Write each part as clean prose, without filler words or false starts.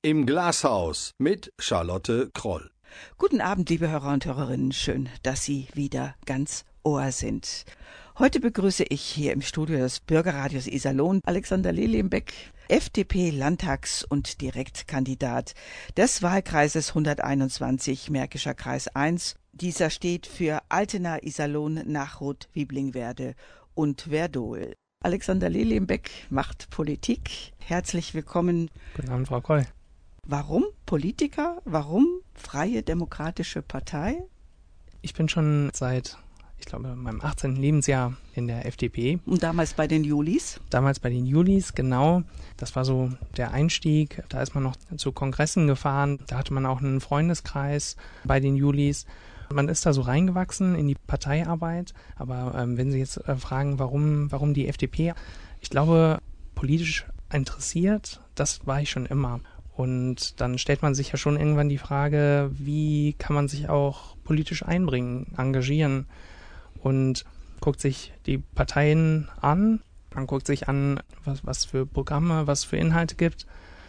Im Glashaus mit Charlotte Kroll. Guten Abend, liebe Hörer und Hörerinnen. Schön, dass Sie wieder ganz Ohr sind. Heute begrüße ich hier im Studio des Bürgerradios Iserlohn Alexander Lilienbeck, FDP-Landtags- und Direktkandidat des Wahlkreises 121 Märkischer Kreis 1. Dieser steht für Altena, Iserlohn, Nachrut, Wieblingwerde und Werdohl. Alexander Lilienbeck macht Politik. Herzlich willkommen. Guten Abend, Frau Kroll. Warum Politiker? Warum Freie Demokratische Partei? Ich bin schon seit, meinem 18. Lebensjahr in der FDP. Und damals bei den Julis? Damals bei den Julis, genau. Das war so der Einstieg. Da ist man noch zu Kongressen gefahren. Da hatte man auch einen Freundeskreis bei den Julis. Man ist da so reingewachsen in die Parteiarbeit. Aber wenn Sie jetzt fragen, warum die FDP? Ich glaube, politisch interessiert, das war ich schon immer. Und dann stellt man sich ja schon irgendwann die Frage, wie kann man sich auch politisch einbringen, engagieren und guckt sich die Parteien an, man guckt sich an, was für Programme, was für Inhalte gibt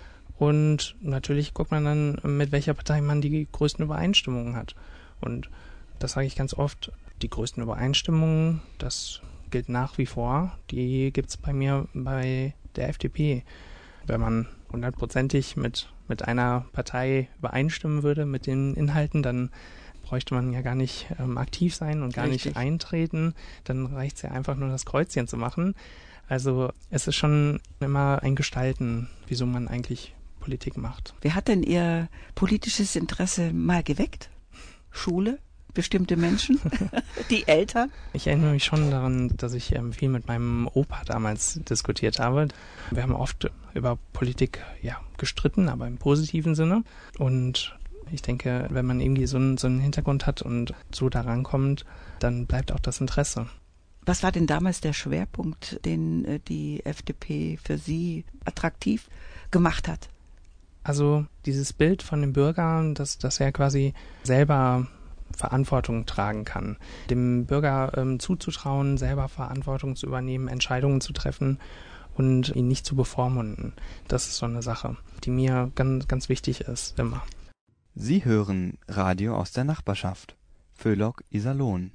und natürlich guckt man dann, mit welcher Partei man die größten Übereinstimmungen hat. Und das sage ich ganz oft, die größten Übereinstimmungen, das gilt nach wie vor, die gibt es bei mir bei der FDP. Wenn man hundertprozentig mit einer Partei übereinstimmen würde, mit den Inhalten, dann bräuchte man ja gar nicht aktiv sein und gar nicht eintreten. Dann reicht es ja einfach nur, das Kreuzchen zu machen. Also es ist schon immer ein Gestalten, wieso man eigentlich Politik macht. Wer hat denn Ihr politisches Interesse mal geweckt? Schule? Bestimmte Menschen? Die Eltern? Ich erinnere mich schon daran, dass ich viel mit meinem Opa damals diskutiert habe. Wir haben oft über Politik gestritten, aber im positiven Sinne. Und ich denke, wenn man irgendwie so einen Hintergrund hat und so daran kommt, dann bleibt auch das Interesse. Was war denn damals der Schwerpunkt, den die FDP für Sie attraktiv gemacht hat? Also dieses Bild von dem Bürger, dass er quasi selber Verantwortung tragen kann. Dem Bürger zuzutrauen, selber Verantwortung zu übernehmen, Entscheidungen zu treffen und ihn nicht zu bevormunden. Das ist so eine Sache, die mir ganz, ganz wichtig ist, immer. Sie hören Radio aus der Nachbarschaft. Föhlock, Iserlohn.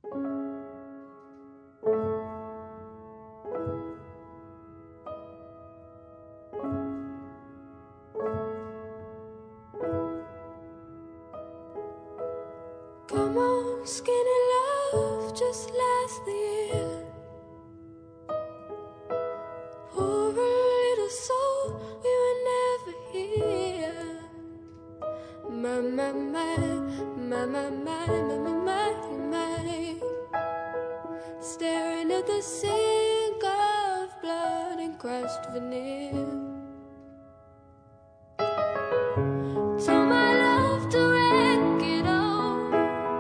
Come on, skinny love, just last the year. Poor little soul, we were never here. My, my, my, my, my, my, my, my, my, my. Staring at the sink of blood and crushed veneer. Told my love to wreck it all.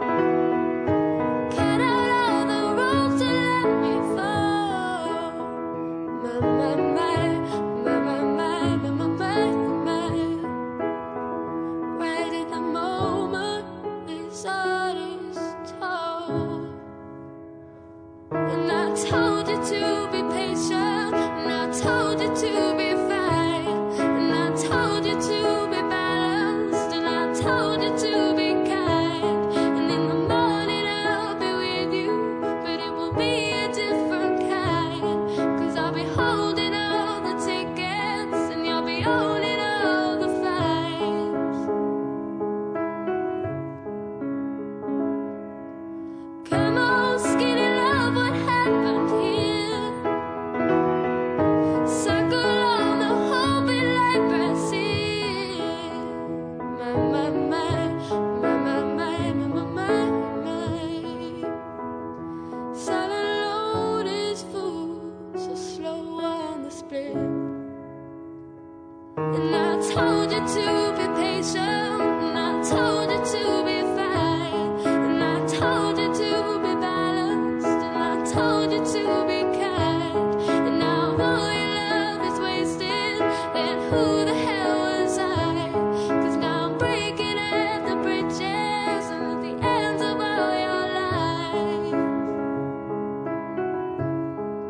Cut out all the ropes to let me fall. My, my, my, my, my, my, my, my, my, my. Right at the moment his heart is torn. And I told you to be patient, and I told you to be fine, and I told you to be balanced, and I told you to be kind. And in the morning I'll be with you, but it will be a different kind. 'Cause I'll be holding all the tickets, and you'll be owning all the flights. Come on, skinny love, what happened here? Circle on the whole big light Brazil. My, my, my, my, my, my, my, my, my. Silent load is full, so slow on the split. And I told you to be patient, and I told you to be fine, and I told you to be balanced, and I told you to be kind. And now all your love is wasted, then who the hell was I? 'Cause now I'm breaking at the bridges and at the ends of all your lies.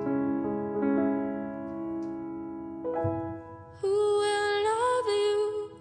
Who will love you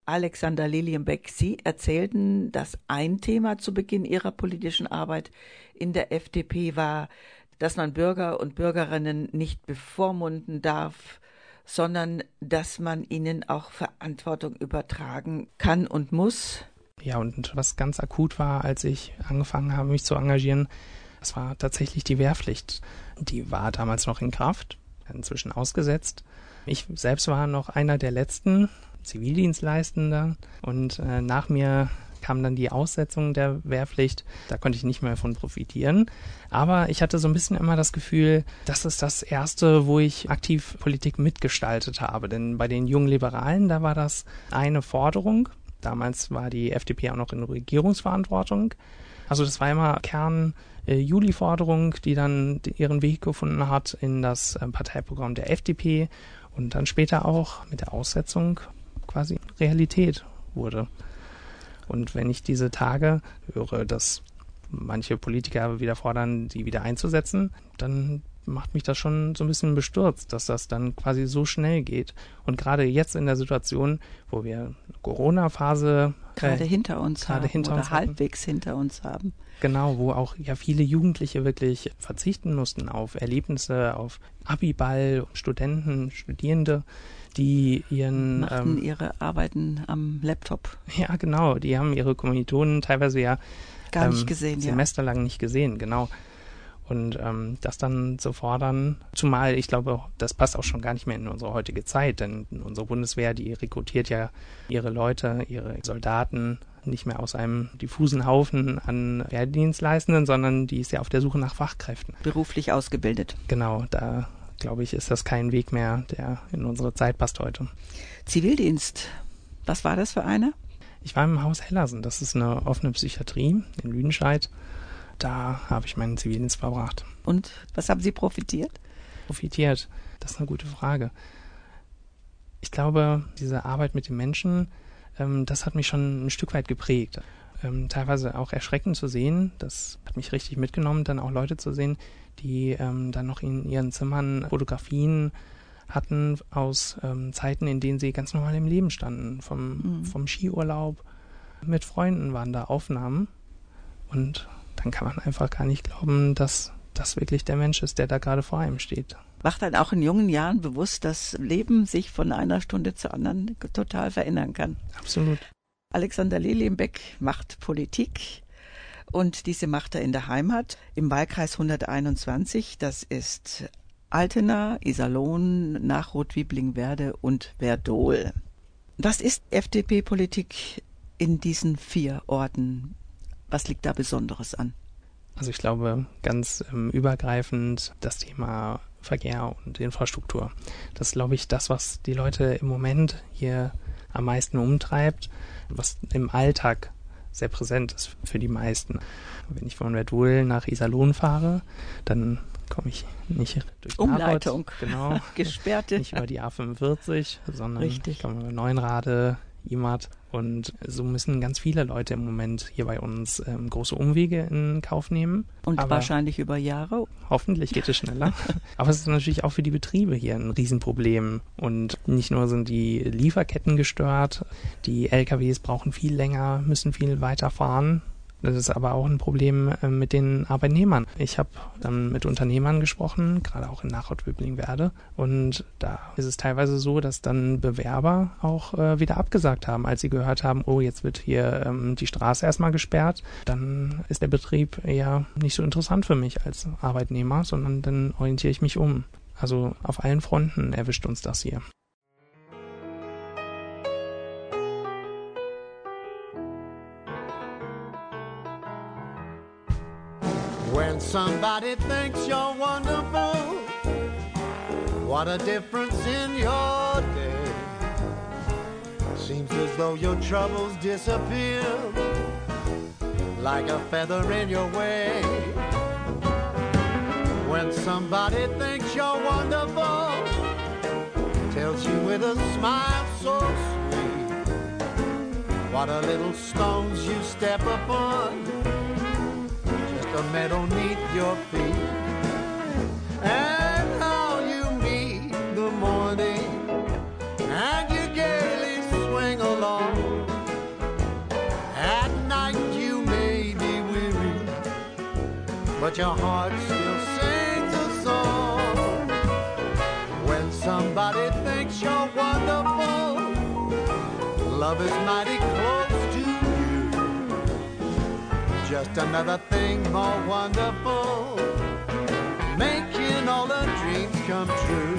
Alexander Lilienbeck, Sie erzählten, dass ein Thema zu Beginn Ihrer politischen Arbeit in der FDP war, dass man Bürger und Bürgerinnen nicht bevormunden darf, sondern dass man ihnen auch Verantwortung übertragen kann und muss. Ja, und was ganz akut war, als ich angefangen habe, mich zu engagieren, das war tatsächlich die Wehrpflicht. Die war damals noch in Kraft, inzwischen ausgesetzt. Ich selbst war noch einer der letzten Zivildienstleistender und nach mir kam dann die Aussetzung der Wehrpflicht. Da konnte ich nicht mehr von profitieren. Aber ich hatte so ein bisschen immer das Gefühl, das ist das Erste, wo ich aktiv Politik mitgestaltet habe. Denn bei den jungen Liberalen, da war das eine Forderung. Damals war die FDP auch noch in Regierungsverantwortung. Also das war immer Kern-Juli-Forderung, die dann ihren Weg gefunden hat in das Parteiprogramm der FDP und dann später auch mit der Aussetzung quasi Realität wurde. Und wenn ich diese Tage höre, dass manche Politiker wieder fordern, die wieder einzusetzen, dann macht mich das schon so ein bisschen bestürzt, dass das dann quasi so schnell geht. Und gerade jetzt in der Situation, wo wir eine Corona-Phase gerade hinter uns haben oder halbwegs hinter uns haben. Genau, wo auch ja viele Jugendliche wirklich verzichten mussten auf Erlebnisse, auf Abiball, Studenten, Studierende, die machten ihre Arbeiten am Laptop. Ja, genau, die haben ihre Kommilitonen teilweise ja gar nicht gesehen, semesterlang nicht gesehen, genau. Und das dann zu fordern, zumal ich glaube, das passt auch schon gar nicht mehr in unsere heutige Zeit, denn unsere Bundeswehr, die rekrutiert ja ihre Leute, ihre Soldaten nicht mehr aus einem diffusen Haufen an Wehrdienstleistenden, sondern die ist ja auf der Suche nach Fachkräften. Beruflich ausgebildet. Genau, da glaube ich, ist das kein Weg mehr, der in unsere Zeit passt heute. Zivildienst, was war das für einer? Ich war im Haus Hellersen, das ist eine offene Psychiatrie in Lüdenscheid. Da habe ich meinen Zivildienst verbracht. Und was haben Sie profitiert? Profitiert, das ist eine gute Frage. Ich glaube, diese Arbeit mit den Menschen, das hat mich schon ein Stück weit geprägt. Teilweise auch erschreckend zu sehen, das hat mich richtig mitgenommen, dann auch Leute zu sehen, die dann noch in ihren Zimmern Fotografien hatten aus Zeiten, in denen sie ganz normal im Leben standen. Vom Skiurlaub, mit Freunden waren da Aufnahmen und dann kann man einfach gar nicht glauben, dass das wirklich der Mensch ist, der da gerade vor einem steht. Macht dann auch in jungen Jahren bewusst, dass Leben sich von einer Stunde zur anderen total verändern kann. Absolut. Alexander Lilienbeck macht Politik und diese macht er in der Heimat im Wahlkreis 121. Das ist Altena, Iserlohn, Nachrot, Wiblingwerde und Werdohl. Was ist FDP-Politik in diesen 4 Orten? Was liegt da Besonderes an? Also ich glaube, ganz übergreifend das Thema Verkehr und Infrastruktur. Das ist, glaube ich, das, was die Leute im Moment hier am meisten umtreibt, was im Alltag sehr präsent ist für die meisten. Wenn ich von Werdohl nach Iserlohn fahre, dann komme ich nicht durch Umleitung, genau, gesperrte. Nicht über die A45, sondern richtig. Ich komme über Neuenrade, Imad. Und so müssen ganz viele Leute im Moment hier bei uns große Umwege in Kauf nehmen. Und aber wahrscheinlich über Jahre. Hoffentlich geht es schneller. Aber es ist natürlich auch für die Betriebe hier ein Riesenproblem. Und nicht nur sind die Lieferketten gestört, die LKWs brauchen viel länger, müssen viel weiter fahren. Das ist aber auch ein Problem mit den Arbeitnehmern. Ich habe dann mit Unternehmern gesprochen, gerade auch in Nachrot-Wiblingwerde. Und da ist es teilweise so, dass dann Bewerber auch wieder abgesagt haben, als sie gehört haben, oh, jetzt wird hier die Straße erstmal gesperrt. Dann ist der Betrieb eher nicht so interessant für mich als Arbeitnehmer, sondern dann orientiere ich mich um. Also auf allen Fronten erwischt uns das hier. When somebody thinks you're wonderful, what a difference in your day. Seems as though your troubles disappear like a feather in your way. When somebody thinks you're wonderful, tells you with a smile so sweet, what a little stones you step upon, a meadow neath your feet, and how you meet the morning, and you gaily swing along but your heart still sings a song. When somebody thinks you're wonderful, love is mighty close to you. Just another thing more wonderful, making all the dreams come true.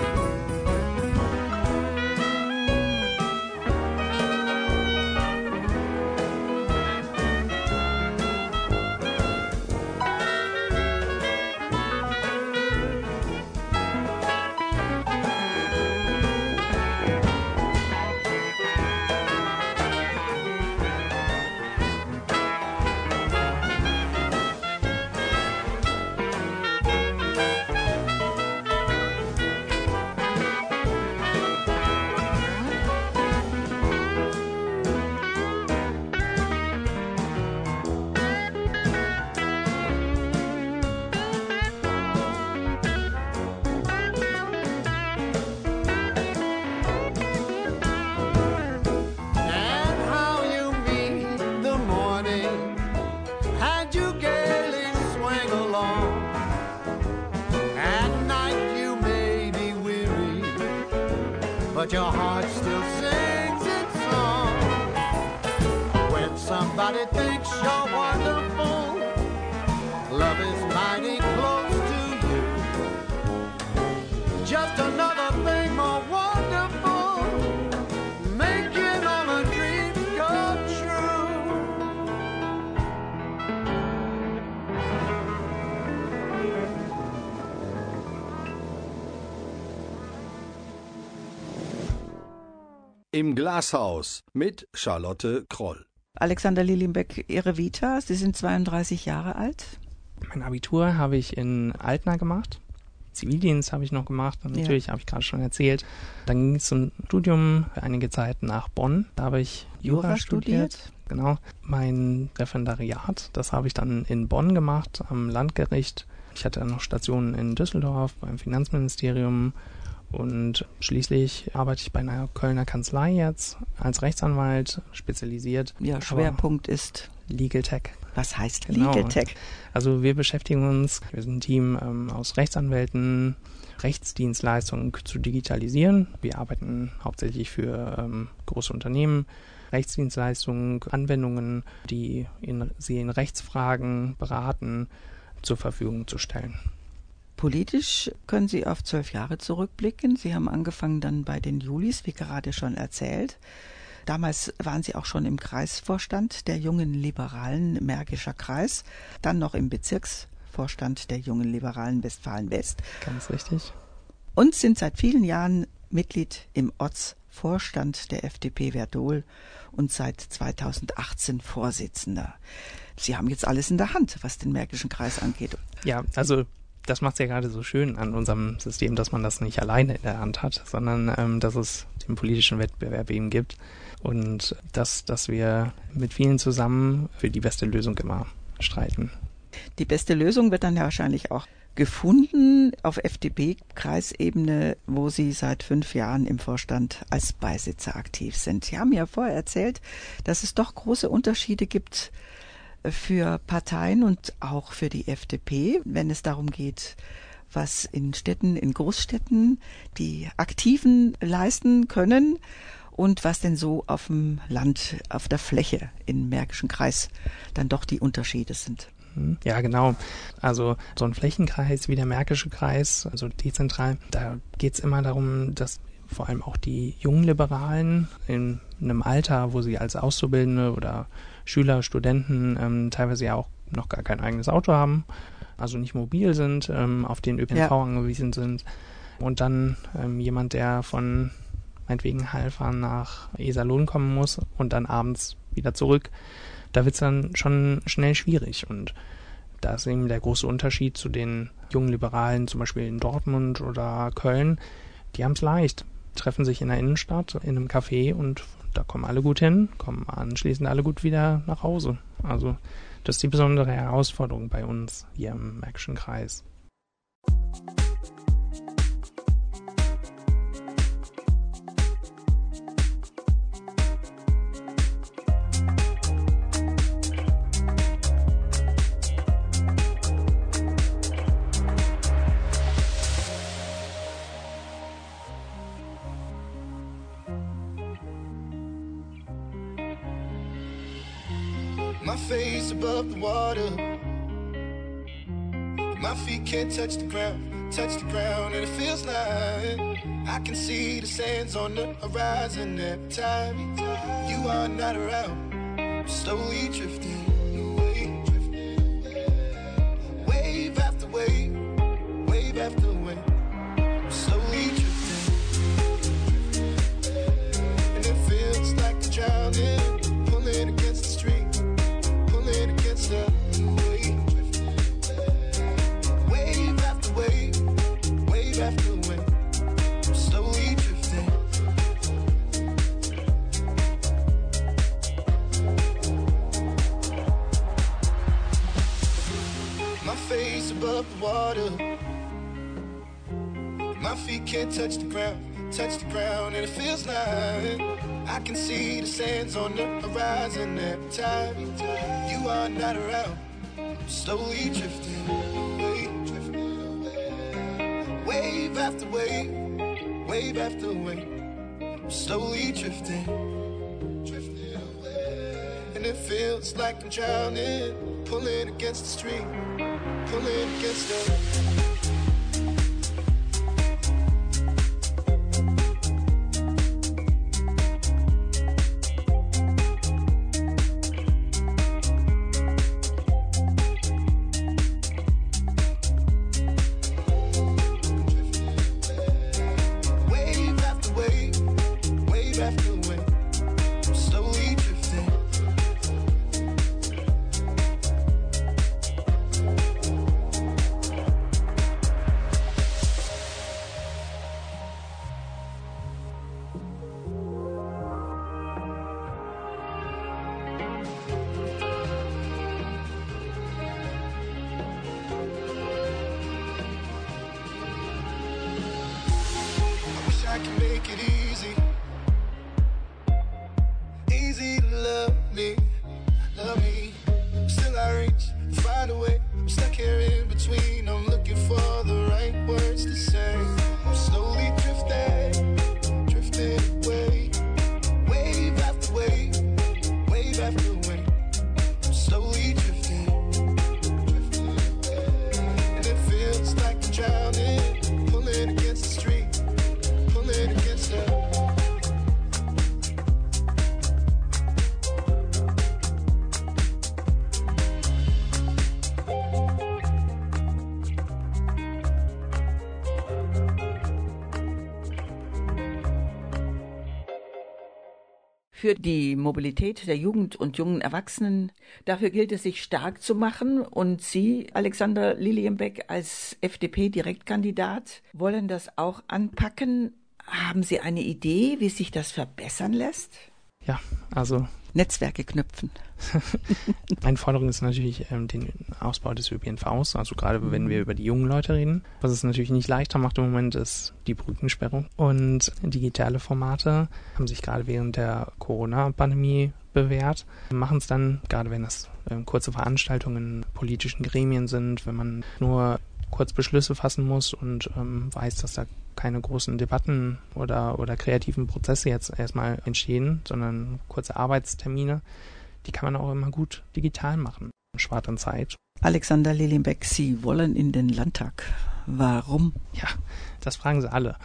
But your heart still sings its song. When somebody thinks you're wonderful, love is mighty close to you. Just another thing more wonderful, making all the dreams come true. Im Glashaus mit Charlotte Kroll. Alexander Lilienbeck, Ihre Vita, Sie sind 32 Jahre alt. Mein Abitur habe ich in Altena gemacht. Zivildienst habe ich noch gemacht. Und natürlich habe ich gerade schon erzählt. Dann ging es zum Studium für einige Zeit nach Bonn. Da habe ich Jura studiert. Genau. Mein Referendariat, das habe ich dann in Bonn gemacht, am Landgericht. Ich hatte dann noch Stationen in Düsseldorf, beim Finanzministerium. Und schließlich arbeite ich bei einer Kölner Kanzlei jetzt als Rechtsanwalt, spezialisiert. Ja, Schwerpunkt ist Legal Tech. Was heißt Genau. Legal Tech? Also wir beschäftigen uns, wir sind ein Team aus Rechtsanwälten, Rechtsdienstleistungen zu digitalisieren. Wir arbeiten hauptsächlich für große Unternehmen, Rechtsdienstleistungen, Anwendungen, die sie in Rechtsfragen beraten, zur Verfügung zu stellen. Politisch können Sie auf 12 Jahre zurückblicken. Sie haben angefangen dann bei den Julis, wie gerade schon erzählt. Damals waren Sie auch schon im Kreisvorstand der Jungen Liberalen Märkischer Kreis, dann noch im Bezirksvorstand der Jungen Liberalen Westfalen-West. Ganz richtig. Und sind seit vielen Jahren Mitglied im Ortsvorstand der FDP Werdohl und seit 2018 Vorsitzender. Sie haben jetzt alles in der Hand, was den Märkischen Kreis angeht. Ja, also das macht es ja gerade so schön an unserem System, dass man das nicht alleine in der Hand hat, sondern dass es den politischen Wettbewerb eben gibt und dass wir mit vielen zusammen für die beste Lösung immer streiten. Die beste Lösung wird dann ja wahrscheinlich auch gefunden auf FDP-Kreisebene, wo Sie seit 5 Jahren im Vorstand als Beisitzer aktiv sind. Sie haben ja vorher erzählt, dass es doch große Unterschiede gibt für Parteien und auch für die FDP, wenn es darum geht, was in Städten, in Großstädten die Aktiven leisten können und was denn so auf dem Land, auf der Fläche im Märkischen Kreis dann doch die Unterschiede sind. Ja, genau. Also so ein Flächenkreis wie der Märkische Kreis, also dezentral, da geht es immer darum, dass vor allem auch die jungen Liberalen in einem Alter, wo sie als Auszubildende oder Schüler, Studenten teilweise ja auch noch gar kein eigenes Auto haben, also nicht mobil sind, auf den ÖPNV angewiesen sind. Und dann jemand, der von meinetwegen Halfern nach Iserlohn kommen muss und dann abends wieder zurück, da wird es dann schon schnell schwierig. Und da ist eben der große Unterschied zu den jungen Liberalen, zum Beispiel in Dortmund oder Köln. Die haben es leicht, treffen sich in der Innenstadt, in einem Café und da kommen alle gut hin, kommen anschließend alle gut wieder nach Hause. Also das ist die besondere Herausforderung bei uns hier im Märkischen Kreis. My face above the water. My feet can't touch the ground, and it feels like I can see the sands on the horizon every time you are not around. Slowly drifting away, wave after wave, wave after wave, slowly drifting, and it feels like I'm drowning, pulling against the stream, pulling against the wave. Wave after wave, wave after wave, slowly drifting. My face above the water. My feet can't touch the ground, and it feels like I can see the sands on the horizon every time you are not around. Slowly drifting away, wave after wave, wave after wave, slowly drifting, and it feels like I'm drowning, pulling against the stream, pulling against the. I can make it easy, easy to love me, love me. Still I reach, find a way. I'm stuck here in between. I'm looking for the right words to say. I'm slowly drifting, drifting away. Wave after wave, wave after wave. I'm slowly drifting, drifting away. And it feels like I'm drowning, pulling against the street. Against her. Für die Mobilität der Jugend und jungen Erwachsenen, dafür gilt es, sich stark zu machen. Und Sie, Alexander Lilienbeck, als FDP-Direktkandidat, wollen das auch anpacken. Haben Sie eine Idee, wie sich das verbessern lässt? Ja, also Netzwerke knüpfen. Meine Forderung ist natürlich den Ausbau des ÖPNVs, also gerade wenn wir über die jungen Leute reden. Was es natürlich nicht leichter macht im Moment, ist die Brückensperrung. Und digitale Formate haben sich gerade während der Corona-Pandemie bewährt. Wir machen es dann, gerade wenn das kurze Veranstaltungen in politischen Gremien sind, wenn man nur kurz Beschlüsse fassen muss und weiß, dass da keine großen Debatten oder kreativen Prozesse jetzt erstmal entstehen, sondern kurze Arbeitstermine, die kann man auch immer gut digital machen. Spart an Zeit. Alexander Lilienbeck, Sie wollen in den Landtag. Warum? Ja, das fragen Sie alle.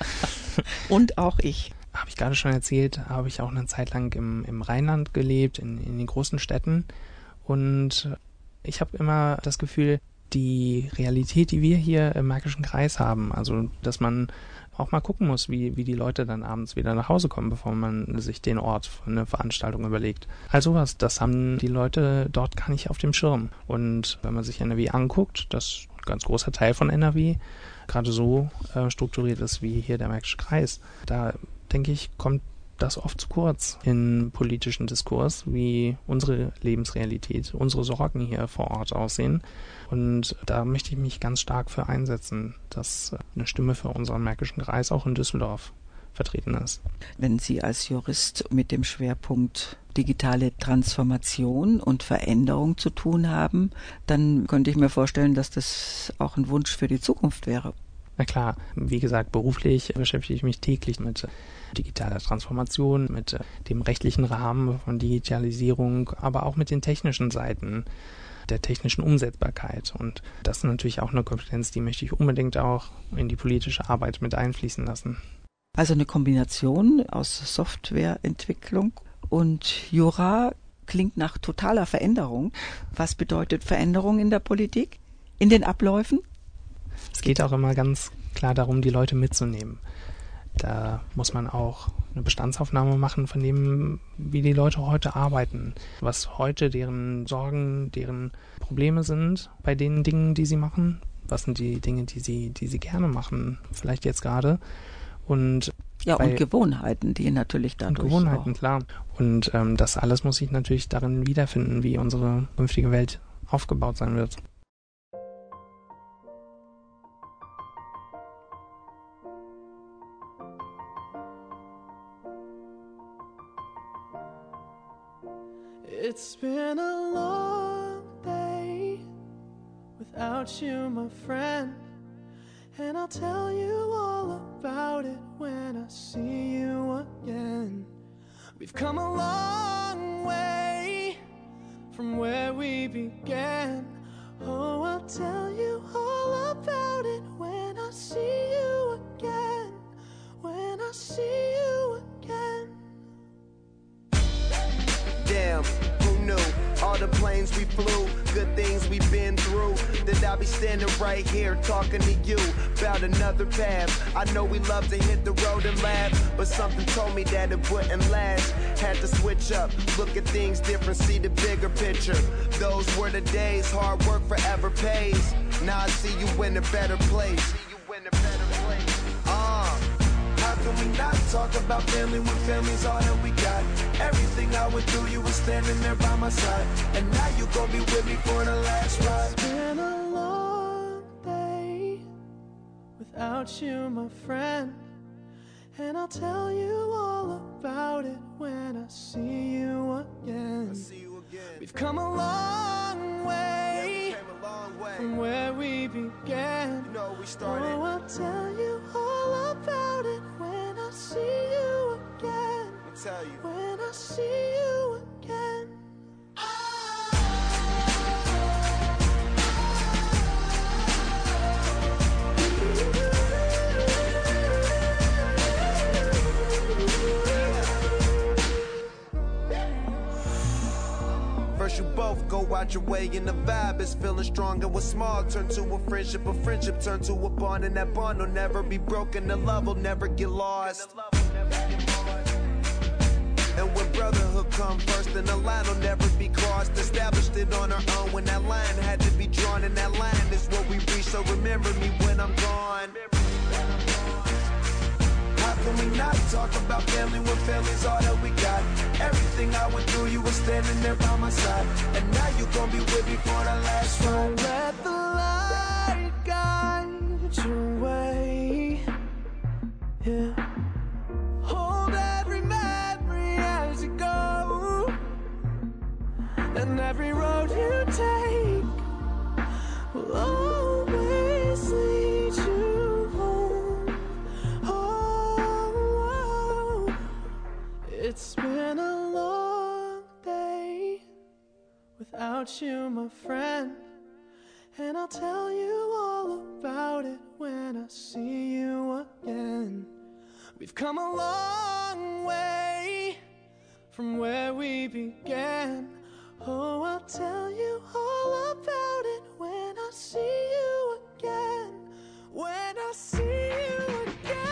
Und auch ich. Habe ich gerade schon erzählt, habe ich auch eine Zeit lang im Rheinland gelebt, in den großen Städten. Und ich habe immer das Gefühl, die Realität, die wir hier im Märkischen Kreis haben, also dass man auch mal gucken muss, wie die Leute dann abends wieder nach Hause kommen, bevor man sich den Ort für eine Veranstaltung überlegt. Also was, das haben die Leute dort gar nicht auf dem Schirm. Und wenn man sich NRW anguckt, das ein ganz großer Teil von NRW gerade so strukturiert ist wie hier der Märkische Kreis, da denke ich, kommt das oft zu kurz im politischen Diskurs, wie unsere Lebensrealität, unsere Sorgen hier vor Ort aussehen. Und da möchte ich mich ganz stark für einsetzen, dass eine Stimme für unseren Märkischen Kreis auch in Düsseldorf vertreten ist. Wenn Sie als Jurist mit dem Schwerpunkt digitale Transformation und Veränderung zu tun haben, dann könnte ich mir vorstellen, dass das auch ein Wunsch für die Zukunft wäre. Na klar, wie gesagt, beruflich beschäftige ich mich täglich mit digitaler Transformation, mit dem rechtlichen Rahmen von Digitalisierung, aber auch mit den technischen Seiten der technischen Umsetzbarkeit. Und das ist natürlich auch eine Kompetenz, die möchte ich unbedingt auch in die politische Arbeit mit einfließen lassen. Also eine Kombination aus Softwareentwicklung und Jura klingt nach totaler Veränderung. Was bedeutet Veränderung in der Politik, in den Abläufen? Es geht auch immer ganz klar darum, die Leute mitzunehmen. Da muss man auch eine Bestandsaufnahme machen von dem, wie die Leute heute arbeiten, was heute deren Sorgen, deren Probleme sind bei den Dingen, die sie machen. Was sind die Dinge, die sie gerne machen, vielleicht jetzt gerade. Und und Gewohnheiten, die natürlich dadurch Gewohnheiten, auch. klar. Und das alles muss sich natürlich darin wiederfinden, wie unsere künftige Welt aufgebaut sein wird. It's been a long day without you, my friend, and I'll tell you all about it when I see you again. We've come a long way from where we began. Oh, I'll tell you all about it when I see you again. When I see you again. Damn, who knew? All the planes we flew, good things we've been through. That I'll be standing right here talking to you about another path. I know we love to hit the road and laugh, but something told me that it wouldn't last. Had to switch up, look at things different, see the bigger picture. Those were the days, hard work forever pays. Now I see you in a better place. How can we not talk about family when family's all that we got? Everything I went through, you were standing there by my side, and now you gon' be with me for the last ride. It's been a long day without you, my friend, and I'll tell you all about it when I see you again. We've come a long way, from where we began. You know we started. Oh, I'll tell you all about it when I see you again. I'll tell you. When I see you again. First you both go out your way and the vibe is feeling strong, and what's small turn to a friendship turn to a bond, and that bond will never be broken, the love will never get lost. And when brotherhood come first, then the line will never be crossed. Established it on our own when that line had to be drawn, and that line is what we reach, so remember me when I'm gone. How can we not talk about family when family's all that we got? Everything I went through, you were standing there by my side, and now you gon' be with me for the last ride. Let the light guide your way. Yeah. Hold every memory as you go, and every road you take will always lead you home. Oh, it's been a long day without you, my friend, and I'll tell you all about it when I see you again. We've come a long way from where we began. Oh, I'll tell you all about it when I see you again. When I see you again.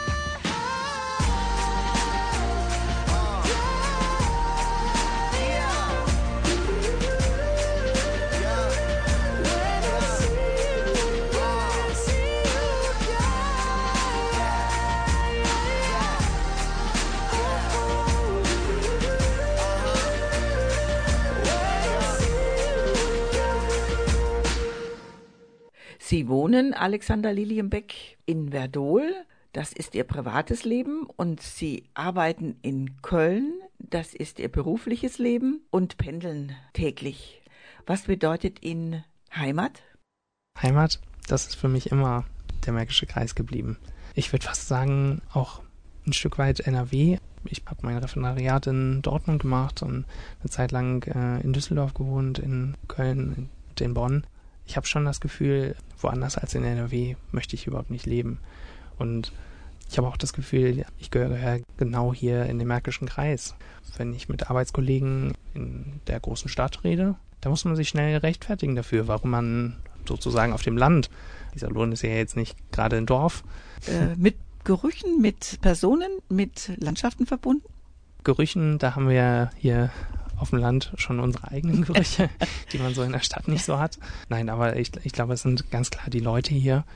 Sie wohnen, Alexander Lilienbeck, in Werdohl. Das ist Ihr privates Leben, und Sie arbeiten in Köln. Das ist Ihr berufliches Leben, und pendeln täglich. Was bedeutet Ihnen Heimat? Heimat, das ist für mich immer der Märkische Kreis geblieben. Ich würde fast sagen, auch ein Stück weit NRW. Ich habe mein Referendariat in Dortmund gemacht und eine Zeit lang in Düsseldorf gewohnt, in Köln und in Bonn. Ich habe schon das Gefühl, woanders als in NRW möchte ich überhaupt nicht leben. Und ich habe auch das Gefühl, ich gehöre genau hier in den Märkischen Kreis. Wenn ich mit Arbeitskollegen in der großen Stadt rede, da muss man sich schnell rechtfertigen dafür, warum man sozusagen auf dem Land, Iserlohn ist ja jetzt nicht gerade ein Dorf. Mit Gerüchen, mit Personen, mit Landschaften verbunden? Gerüchen, da haben wir hier auf dem Land schon unsere eigenen Gerüche, die man so in der Stadt nicht so hat. Nein, aber ich glaube, es sind ganz klar die Leute hier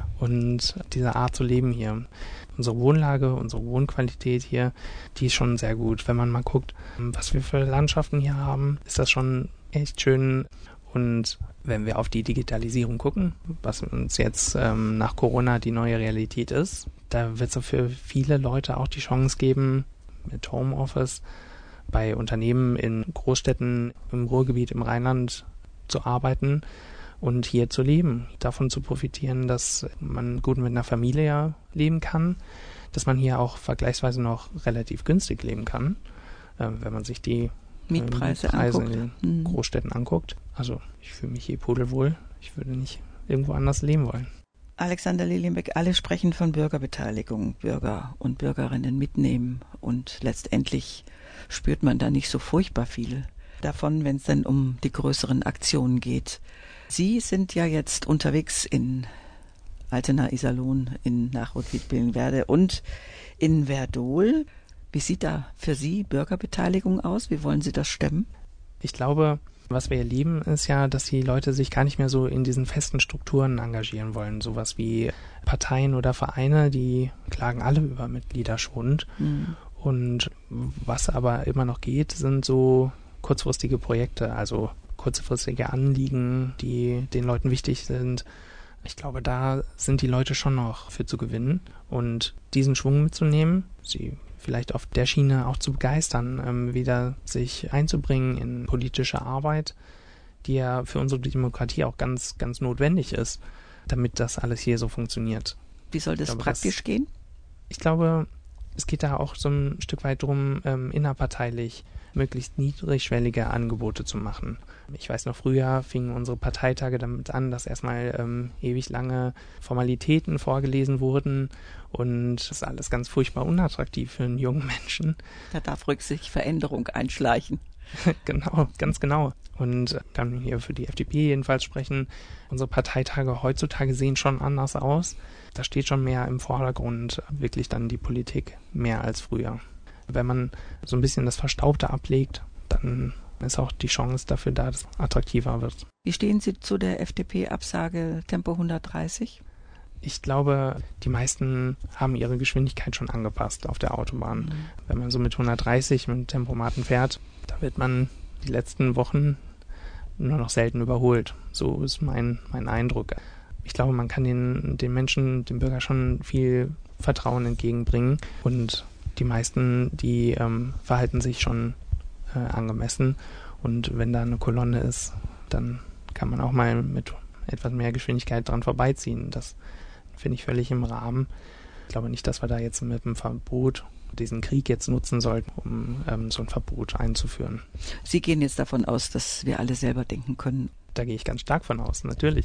und diese Art zu leben hier. Unsere Wohnlage, unsere Wohnqualität hier, die ist schon sehr gut. Wenn man mal guckt, was wir für Landschaften hier haben, ist das schon echt schön. Und wenn wir auf die Digitalisierung gucken, was uns jetzt nach Corona die neue Realität ist, da wird es für viele Leute auch die Chance geben, mit Homeoffice bei Unternehmen in Großstädten im Ruhrgebiet, im Rheinland zu arbeiten und hier zu leben, davon zu profitieren, dass man gut mit einer Familie leben kann, dass man hier auch vergleichsweise noch relativ günstig leben kann, wenn man sich die Mietpreise in den Großstädten anguckt. Also ich fühle mich hier pudelwohl. Ich würde nicht irgendwo anders leben wollen. Alexander Lilienbeck, alle sprechen von Bürgerbeteiligung, Bürger und Bürgerinnen mitnehmen und letztendlich spürt man da nicht so furchtbar viel davon, wenn es dann um die größeren Aktionen geht. Sie sind ja jetzt unterwegs in Altena, Iserlohn, in Nachrut-Wiedbillingwerde und in Werdohl. Wie sieht da für Sie Bürgerbeteiligung aus? Wie wollen Sie das stemmen? Ich glaube, was wir erleben, ist ja, dass die Leute sich gar nicht mehr so in diesen festen Strukturen engagieren wollen. Sowas wie Parteien oder Vereine, die klagen alle über Mitgliederschwund. Mhm. Und was aber immer noch geht, sind so kurzfristige Projekte, also kurzfristige Anliegen, die den Leuten wichtig sind. Ich glaube, da sind die Leute schon noch für zu gewinnen und diesen Schwung mitzunehmen, sie vielleicht auf der Schiene auch zu begeistern, wieder sich einzubringen in politische Arbeit, die ja für unsere Demokratie auch ganz, ganz notwendig ist, damit das alles hier so funktioniert. Wie soll das praktisch gehen? Ich glaube, es geht da auch so ein Stück weit drum, innerparteilich möglichst niedrigschwellige Angebote zu machen. Ich weiß noch, früher fingen unsere Parteitage damit an, dass erstmal ewig lange Formalitäten vorgelesen wurden und das ist alles ganz furchtbar unattraktiv für einen jungen Menschen. Da darf rücksichtlich Veränderung einschleichen. Genau, ganz genau. Und kann hier für die FDP jedenfalls sprechen, unsere Parteitage heutzutage sehen schon anders aus. Da steht schon mehr im Vordergrund, wirklich dann die Politik, mehr als früher. Wenn man so ein bisschen das Verstaubte ablegt, dann ist auch die Chance dafür da, dass es attraktiver wird. Wie stehen Sie zu der FDP-Absage Tempo 130? Ich glaube, die meisten haben ihre Geschwindigkeit schon angepasst auf der Autobahn. Mhm. Wenn man so mit 130 mit Tempomaten fährt, da wird man die letzten Wochen nur noch selten überholt. So ist mein Eindruck. Ich glaube, man kann den Menschen, dem Bürger schon viel Vertrauen entgegenbringen und die meisten, die verhalten sich schon angemessen und wenn da eine Kolonne ist, dann kann man auch mal mit etwas mehr Geschwindigkeit dran vorbeiziehen. Das finde ich völlig im Rahmen. Ich glaube nicht, dass wir da jetzt mit einem Verbot diesen Krieg jetzt nutzen sollten, um so ein Verbot einzuführen. Sie gehen jetzt davon aus, dass wir alle selber denken können. Da gehe ich ganz stark von aus, natürlich.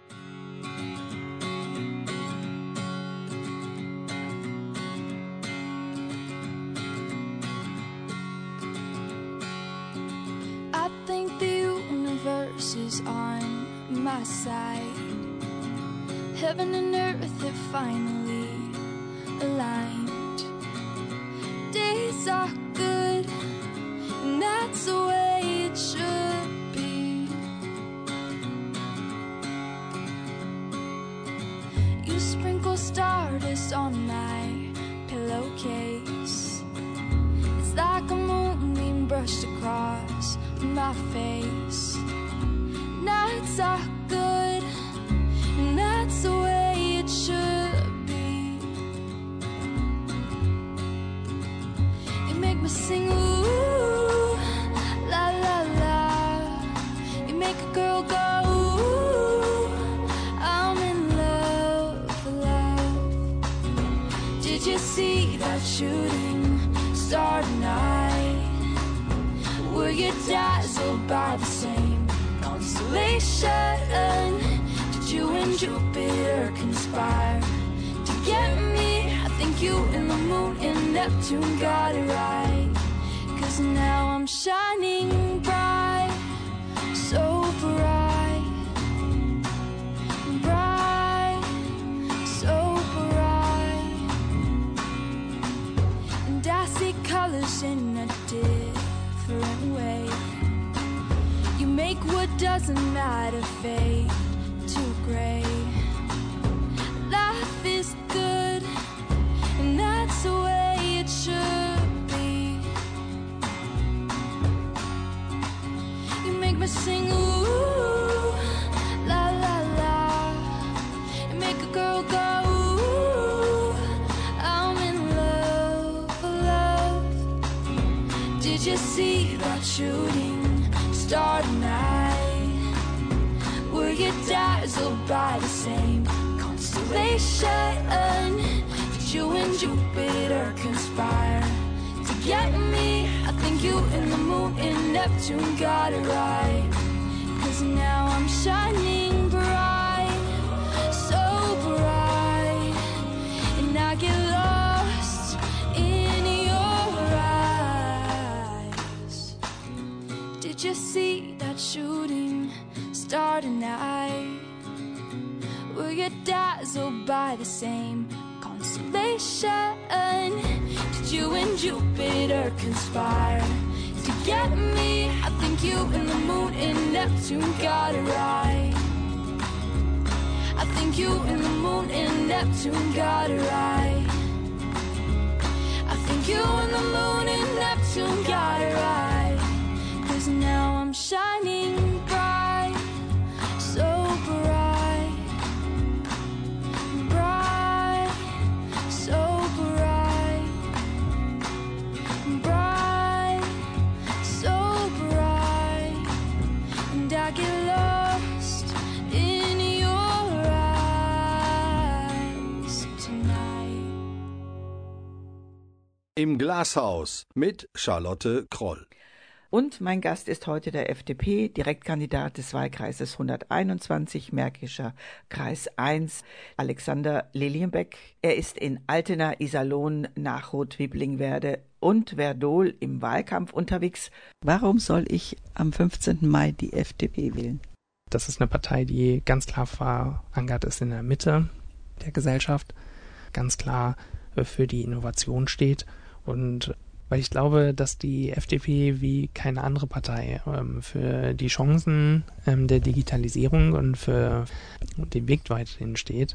Is on my side. Heaven and earth have finally aligned. Days are good, and that's the way it should be. You sprinkle stardust on my pillowcase. It's like a moonbeam brushed across my face. Nights are good, and that's the way it should be. You make me sing, ooh, la la la. You make a girl go, ooh, I'm in love, Did you see that shooting star tonight? Were you dazzled by the same constellation? Did you and Jupiter conspire to get me? I think you and the moon and Neptune got it right. 'Cause now I'm shining bright, so bright, bright, so bright. And I see colors in a different way. You make what doesn't matter fade to gray. Life is good, and that's the way it should be. You make me sing ooh, la la la. You make a girl go ooh, I'm in love, love. Did you see that shooting star tonight? Were you dazzled by the same constellation? Did you and Jupiter conspire to get me? I think you and the moon and Neptune got it right. 'Cause now I'm shining bright, so bright. And I get lost in your eyes. Did you see that shooting star tonight? Were you dazzled by the same constellation? Did you and Jupiter conspire to get me? I think you and the moon and Neptune got it right. I think you and the moon and Neptune got it right. I think you and the moon and Neptune got it right. 'Cause now I'm shining bright, so bright, bright, so bright, bright, so bright. And I get lost in your eyes tonight. Im Glashaus mit Charlotte Kroll. Und mein Gast ist heute der FDP-Direktkandidat des Wahlkreises 121, Märkischer Kreis 1, Alexander Lilienbeck. Er ist in Altena, Iserlohn, Nachrut, Wiblingwerde und Verdol im Wahlkampf unterwegs. Warum soll ich am 15. Mai die FDP wählen? Das ist eine Partei, die ganz klar verankert ist in der Mitte der Gesellschaft, ganz klar für die Innovation steht und weil ich glaube, dass die FDP wie keine andere Partei für die Chancen der Digitalisierung und für den Weg weiterhin steht,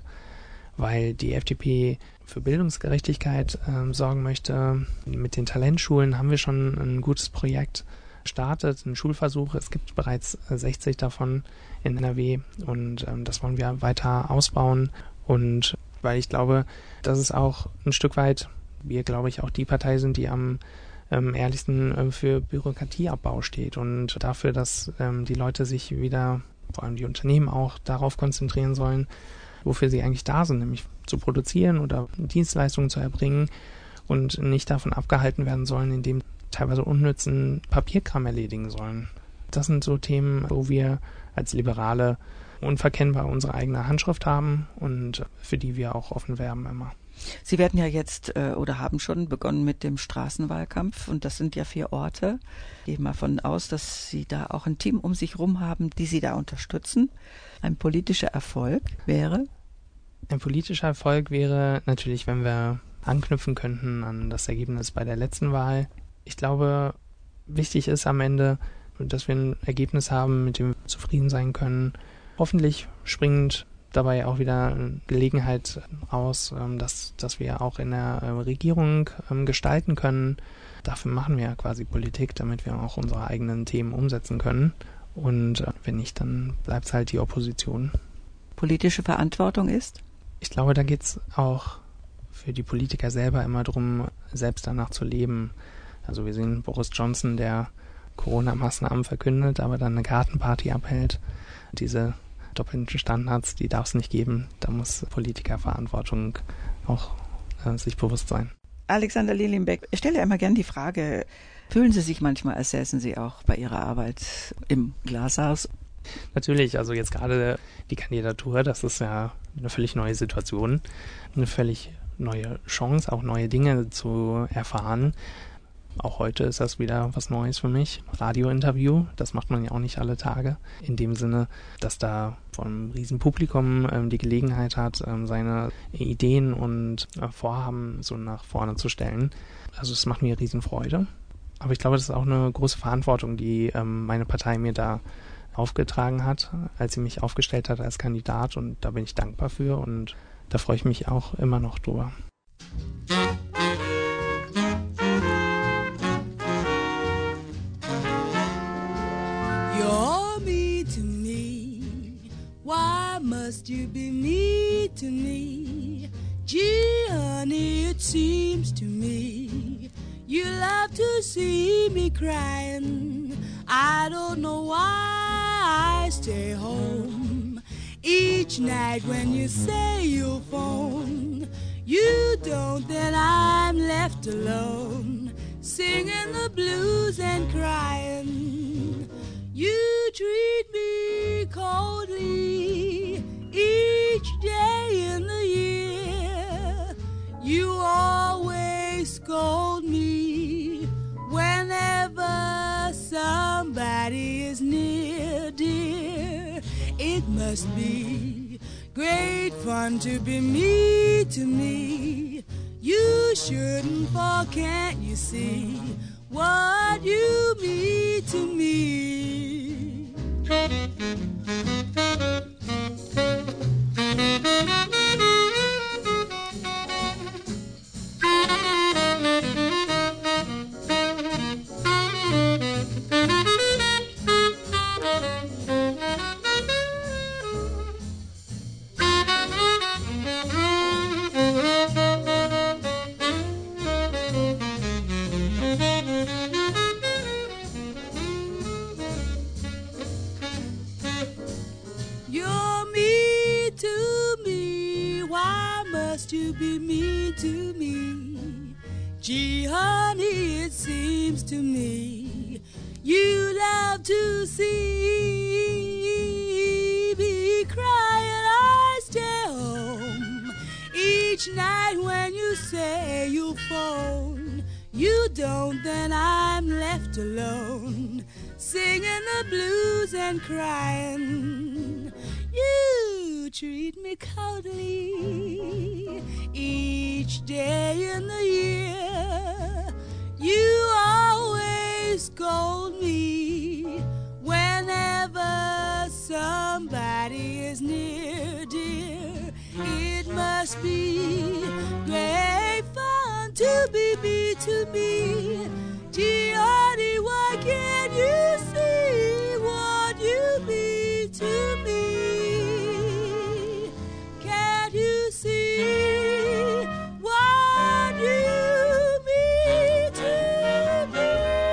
weil die FDP für Bildungsgerechtigkeit sorgen möchte. Mit den Talentschulen haben wir schon ein gutes Projekt gestartet, einen Schulversuch. Es gibt bereits 60 davon in NRW und das wollen wir weiter ausbauen. Und weil ich glaube, dass es auch ein Stück weit wir, glaube ich, auch die Partei sind, die am ehrlichsten für Bürokratieabbau steht und dafür, dass die Leute sich wieder, vor allem die Unternehmen auch, darauf konzentrieren sollen, wofür sie eigentlich da sind, nämlich zu produzieren oder Dienstleistungen zu erbringen und nicht davon abgehalten werden sollen, indem teilweise unnützen Papierkram erledigen sollen. Das sind so Themen, wo wir als Liberale unverkennbar unsere eigene Handschrift haben und für die wir auch offen werben immer. Sie werden ja jetzt oder haben schon begonnen mit dem Straßenwahlkampf und das sind ja 4 Orte. Ich gehe mal davon aus, dass Sie da auch ein Team um sich rum haben, die Sie da unterstützen. Ein politischer Erfolg wäre? Ein politischer Erfolg wäre natürlich, wenn wir anknüpfen könnten an das Ergebnis bei der letzten Wahl. Ich glaube, wichtig ist am Ende, dass wir ein Ergebnis haben, mit dem wir zufrieden sein können. Hoffentlich springend dabei auch wieder Gelegenheit aus, dass wir auch in der Regierung gestalten können. Dafür machen wir quasi Politik, damit wir auch unsere eigenen Themen umsetzen können. Und wenn nicht, dann bleibt es halt die Opposition. Politische Verantwortung ist? Ich glaube, da geht es auch für die Politiker selber immer darum, selbst danach zu leben. Also wir sehen Boris Johnson, der Corona-Maßnahmen verkündet, aber dann eine Gartenparty abhält. Diese doppelten Standards, die darf es nicht geben. Da muss Politikerverantwortung auch sich bewusst sein. Alexander Lilienbeck, ich stelle ja immer gern die Frage, fühlen Sie sich manchmal, als säßen Sie auch bei Ihrer Arbeit im Glashaus? Natürlich, also jetzt gerade die Kandidatur, das ist ja eine völlig neue Situation, eine völlig neue Chance, auch neue Dinge zu erfahren. Auch heute ist das wieder was Neues für mich. Radiointerview, das macht man ja auch nicht alle Tage. In dem Sinne, dass da vor einem riesen Publikum die Gelegenheit hat, seine Ideen und Vorhaben so nach vorne zu stellen. Also es macht mir riesen Freude. Aber ich glaube, das ist auch eine große Verantwortung, die meine Partei mir da aufgetragen hat, als sie mich aufgestellt hat als Kandidat. Und da bin ich dankbar für und da freue ich mich auch immer noch drüber. You're me to me. Why must you be me to me? Gee, honey, it seems to me you love to see me crying. I don't know why I stay home each night when you say you'll phone. You don't, then I'm left alone, singing the blues and crying. You treat me coldly each day in the year. You always scold me whenever somebody is near, dear. It must be great fun to be me to me. You shouldn't fall, can't you see what you mean to me? You're me to me, why must you be me to me? Gee, honey, it seems to me you love to see me crying. I stay home each night when you say you'll phone. You don't, then I'm left alone, singing the blues and crying. You treat me coldly each day in the year. You always scold me whenever somebody is near, dear. It must be great fun to be me to me. Gee, honey, why can't you see what you mean to me? Can't you see what you mean to me?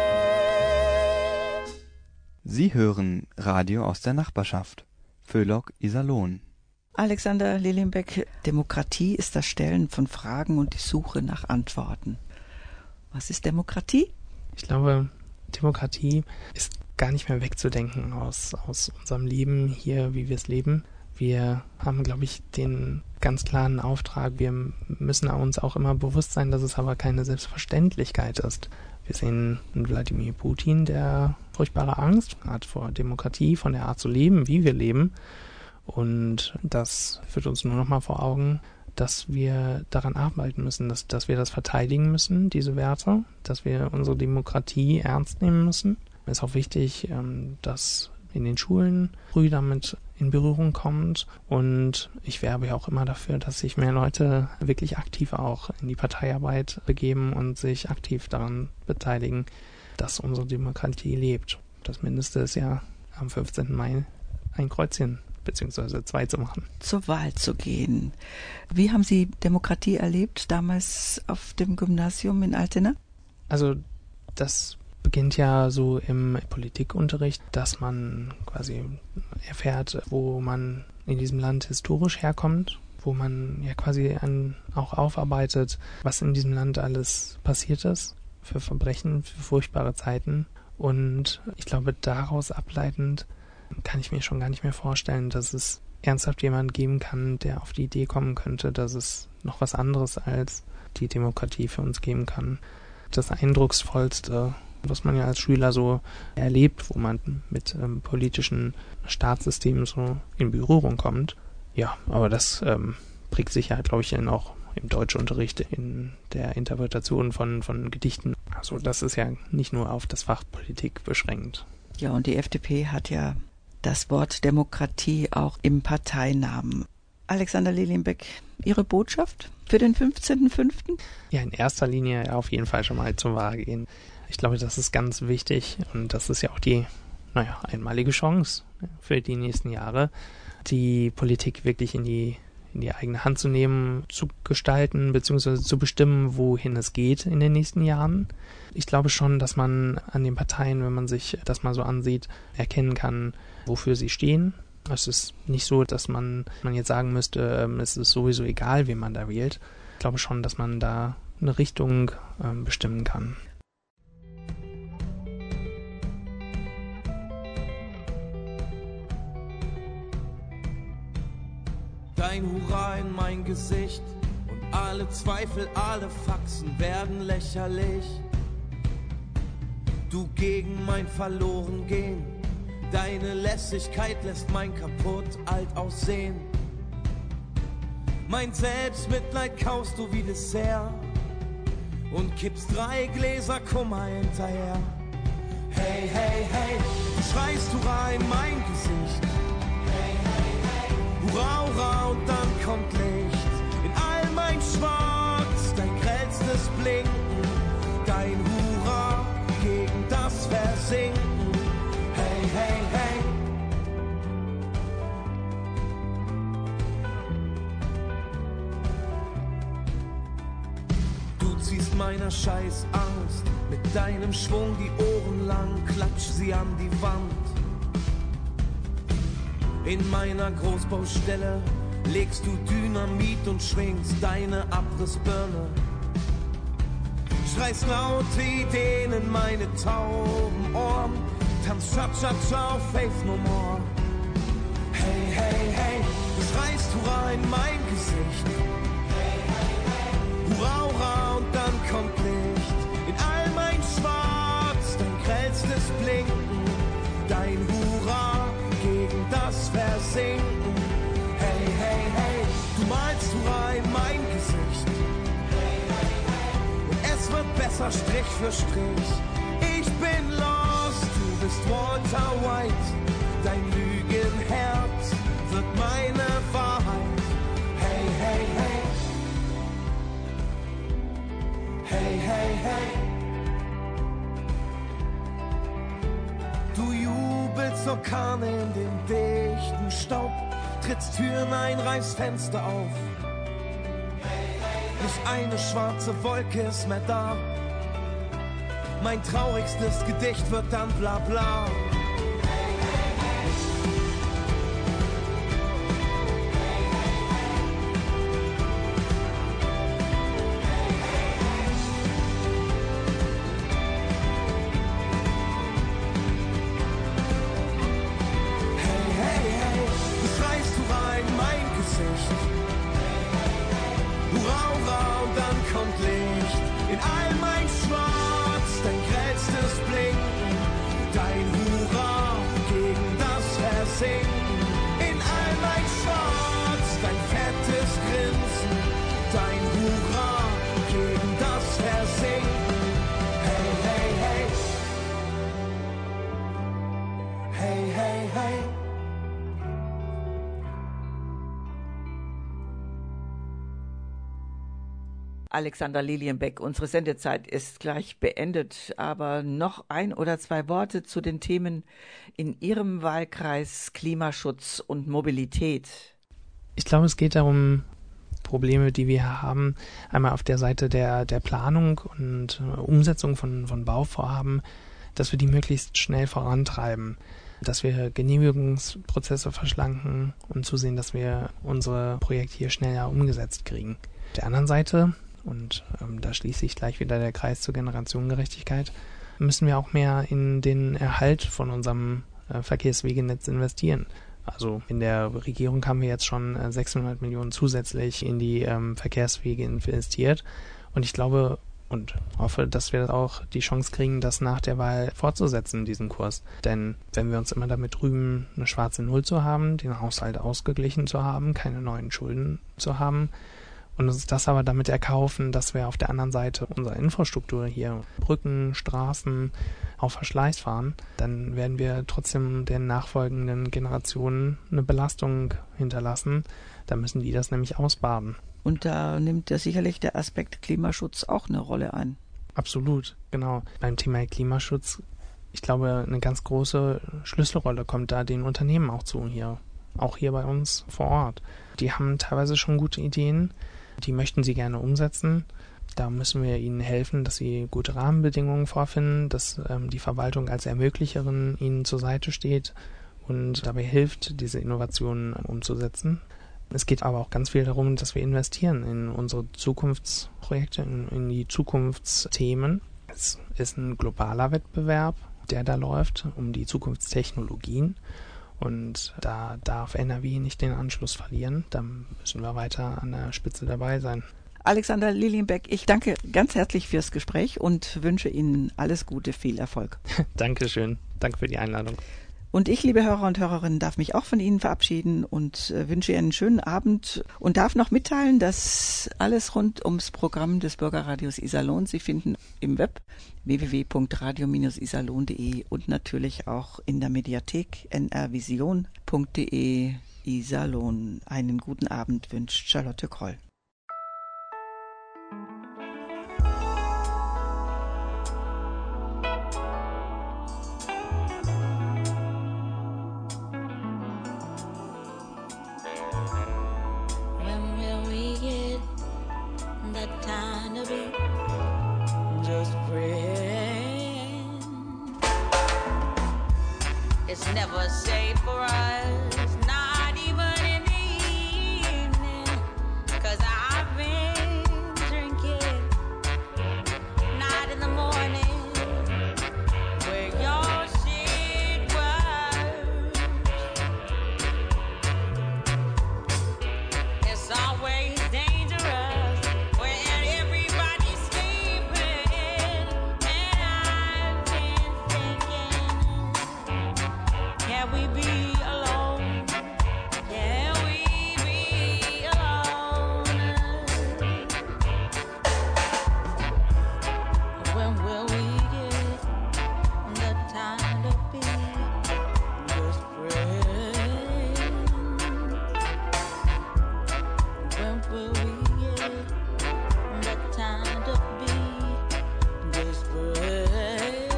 Sie hören Radio aus der Nachbarschaft. Föhlock, Iserlohn. Alexander Lilienbeck, Demokratie ist das Stellen von Fragen und die Suche nach Antworten. Was ist Demokratie? Ich glaube, Demokratie ist gar nicht mehr wegzudenken aus unserem Leben hier, wie wir es leben. Wir haben, glaube ich, den ganz klaren Auftrag, wir müssen uns auch immer bewusst sein, dass es aber keine Selbstverständlichkeit ist. Wir sehen Wladimir Putin, der furchtbare Angst hat vor Demokratie, von der Art zu leben, wie wir leben. Und das führt uns nur noch mal vor Augen, dass wir daran arbeiten müssen, dass wir das verteidigen müssen, diese Werte, dass wir unsere Demokratie ernst nehmen müssen. Es ist auch wichtig, dass in den Schulen früh damit in Berührung kommt. Und ich werbe ja auch immer dafür, dass sich mehr Leute wirklich aktiv auch in die Parteiarbeit begeben und sich aktiv daran beteiligen, dass unsere Demokratie lebt. Das Mindeste ist ja am 15. Mai ein Kreuzchen beziehungsweise 2 zu machen. Zur Wahl zu gehen. Wie haben Sie Demokratie erlebt, damals auf dem Gymnasium in Altena? Also das beginnt ja so im Politikunterricht, dass man quasi erfährt, wo man in diesem Land historisch herkommt, wo man ja quasi auch aufarbeitet, was in diesem Land alles passiert ist, für Verbrechen, für furchtbare Zeiten. Und ich glaube, daraus ableitend kann ich mir schon gar nicht mehr vorstellen, dass es ernsthaft jemanden geben kann, der auf die Idee kommen könnte, dass es noch was anderes als die Demokratie für uns geben kann. Das Eindrucksvollste, was man ja als Schüler so erlebt, wo man mit politischen Staatssystemen so in Berührung kommt. Ja, aber das prägt sich ja, glaube ich, auch im Deutschunterricht, in der Interpretation von Gedichten. Also das ist ja nicht nur auf das Fach Politik beschränkt. Ja, und die FDP hat ja das Wort Demokratie auch im Parteinamen. Alexander Lilienbeck, Ihre Botschaft für den 15.05.? Ja, in erster Linie auf jeden Fall schon mal zur Wahl gehen. Ich glaube, das ist ganz wichtig und das ist ja auch die, einmalige Chance für die nächsten Jahre, die Politik wirklich in die eigene Hand zu nehmen, zu gestalten bzw. zu bestimmen, wohin es geht in den nächsten Jahren. Ich glaube schon, dass man an den Parteien, wenn man sich das mal so ansieht, erkennen kann, wofür sie stehen. Es ist nicht so, dass man jetzt sagen müsste, es ist sowieso egal, wen man da wählt. Ich glaube schon, dass man da eine Richtung bestimmen kann. Dein Hurra in mein Gesicht und alle Zweifel, alle Faxen werden lächerlich. Du gegen mein Verlorengehen, deine Lässigkeit lässt mein kaputt alt aussehen. Mein Selbstmitleid kaust du wie Dessert und kippst 3 Gläser Kummer hinterher. Hey, hey, hey, du schreist Hurra in mein Gesicht. Hurra, hurra und dann kommt Licht in all mein Schwarz, dein grellstes Blinken, dein Hurra gegen das Versinken. Hey, hey, hey. Du ziehst meiner Scheißangst mit deinem Schwung die Ohren lang, klatsch sie an die Wand. In meiner Großbaustelle legst du Dynamit und schwingst deine Abrissbirne. Schreist laute Ideen in meine tauben Ohren, tanzt Cha-Cha-Cha auf Faith No More. Hey, hey, hey, du schreist Hurra in mein Gesicht. Hurra, hurra und dann kommt Licht in all mein Schwarz, dein grellstes Blinken, dein Hurra gegen das Versinken. Hey, hey, hey, du malst Hurra in mein Gesicht. Und es wird besser Strich für Strich. Ich bin lost, du bist Walter White. Dein Lügenherz wird meine Wahrheit. Hey, hey, hey. Hey, hey, hey. Du jubelst Orkane in den dichten Staub, trittst Türen ein, reißt Fenster auf. Nicht eine schwarze Wolke ist mehr da. Mein traurigstes Gedicht wird dann bla bla. Alexander Lilienbeck, unsere Sendezeit ist gleich beendet, aber noch 1 oder 2 Worte zu den Themen in Ihrem Wahlkreis Klimaschutz und Mobilität. Ich glaube, es geht darum, Probleme, die wir haben, einmal auf der Seite der Planung und Umsetzung von Bauvorhaben, dass wir die möglichst schnell vorantreiben. dass wir Genehmigungsprozesse verschlanken und zusehen, dass wir unsere Projekte hier schneller umgesetzt kriegen. Auf der anderen Seite, und da schließt sich gleich wieder der Kreis zur Generationengerechtigkeit, müssen wir auch mehr in den Erhalt von unserem Verkehrswegenetz investieren. Also in der Regierung haben wir jetzt schon 600 Millionen zusätzlich in die Verkehrswege investiert. Und ich glaube und hoffe, dass wir auch die Chance kriegen, das nach der Wahl fortzusetzen, diesen Kurs. Denn wenn wir uns immer damit rühmen, eine schwarze Null zu haben, den Haushalt ausgeglichen zu haben, keine neuen Schulden zu haben und uns das aber damit erkaufen, dass wir auf der anderen Seite unserer Infrastruktur hier, Brücken, Straßen, auf Verschleiß fahren, dann werden wir trotzdem den nachfolgenden Generationen eine Belastung hinterlassen. Da müssen die das nämlich ausbaden. Und da nimmt ja sicherlich der Aspekt Klimaschutz auch eine Rolle ein. Absolut, genau. Beim Thema Klimaschutz, ich glaube, eine ganz große Schlüsselrolle kommt da den Unternehmen auch zu hier. Auch hier bei uns vor Ort. Die haben teilweise schon gute Ideen, die möchten sie gerne umsetzen. Da müssen wir ihnen helfen, dass sie gute Rahmenbedingungen vorfinden, dass die Verwaltung als Ermöglicherin ihnen zur Seite steht und dabei hilft, diese Innovationen umzusetzen. Es geht aber auch ganz viel darum, dass wir investieren in unsere Zukunftsprojekte, in die Zukunftsthemen. Es ist ein globaler Wettbewerb, der da läuft, um die Zukunftstechnologien. Und da darf NRW nicht den Anschluss verlieren. Da müssen wir weiter an der Spitze dabei sein. Alexander Lilienbeck, ich danke ganz herzlich fürs Gespräch und wünsche Ihnen alles Gute, viel Erfolg. Dankeschön. Danke für die Einladung. Und ich, liebe Hörer und Hörerinnen, darf mich auch von Ihnen verabschieden und wünsche Ihnen einen schönen Abend und darf noch mitteilen, dass alles rund ums Programm des Bürgerradios Iserlohn Sie finden im Web www.radio-iserlohn.de und natürlich auch in der Mediathek nrvision.de Iserlohn. Einen guten Abend wünscht Charlotte Kroll. It's never safe for us, not even in the evening, 'cause I've been drinking, not in the morning, where your shit was. It's always dangerous when everybody's sleeping, and I've been thinking, can we be alone? Can we be alone? When will we get the time to be just friends? When will we get the time to be just friends?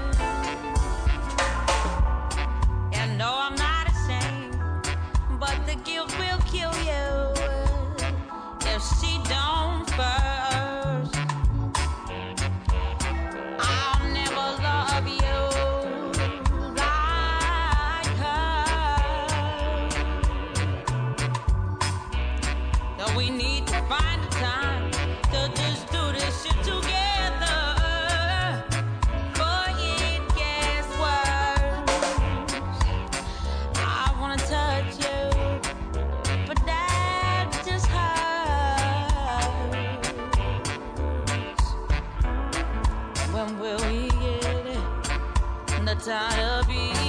And no, I'm not ashamed, but the guilt will kill you if she don't first. I'll never love you like her. So we need to find a time to just do this shit together. But it gets worse. I wanna touch you, but that just hurts. When will we get the time to be